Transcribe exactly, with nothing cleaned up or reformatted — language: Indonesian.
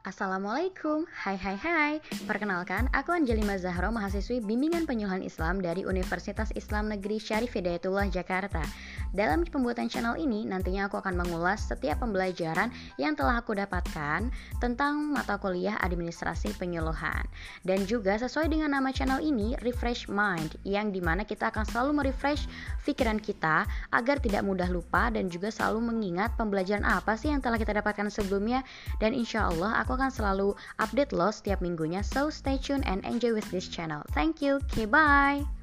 Assalamualaikum, hai hai hai. Perkenalkan, aku Angelima Zahro, mahasiswi Bimbingan Penyuluhan Islam dari Universitas Islam Negeri Syarif Hidayatullah Jakarta. Dalam pembuatan channel ini, nantinya aku akan mengulas setiap pembelajaran yang telah aku dapatkan tentang mata kuliah administrasi penyuluhan. Dan juga sesuai dengan nama channel ini, Refresh Mind, yang dimana kita akan selalu merefresh pikiran kita agar tidak mudah lupa dan juga selalu mengingat pembelajaran apa sih yang telah kita dapatkan sebelumnya. Dan insya Allah aku akan selalu update lo setiap minggunya, so stay tuned and enjoy with this channel. Thank you, okay, bye.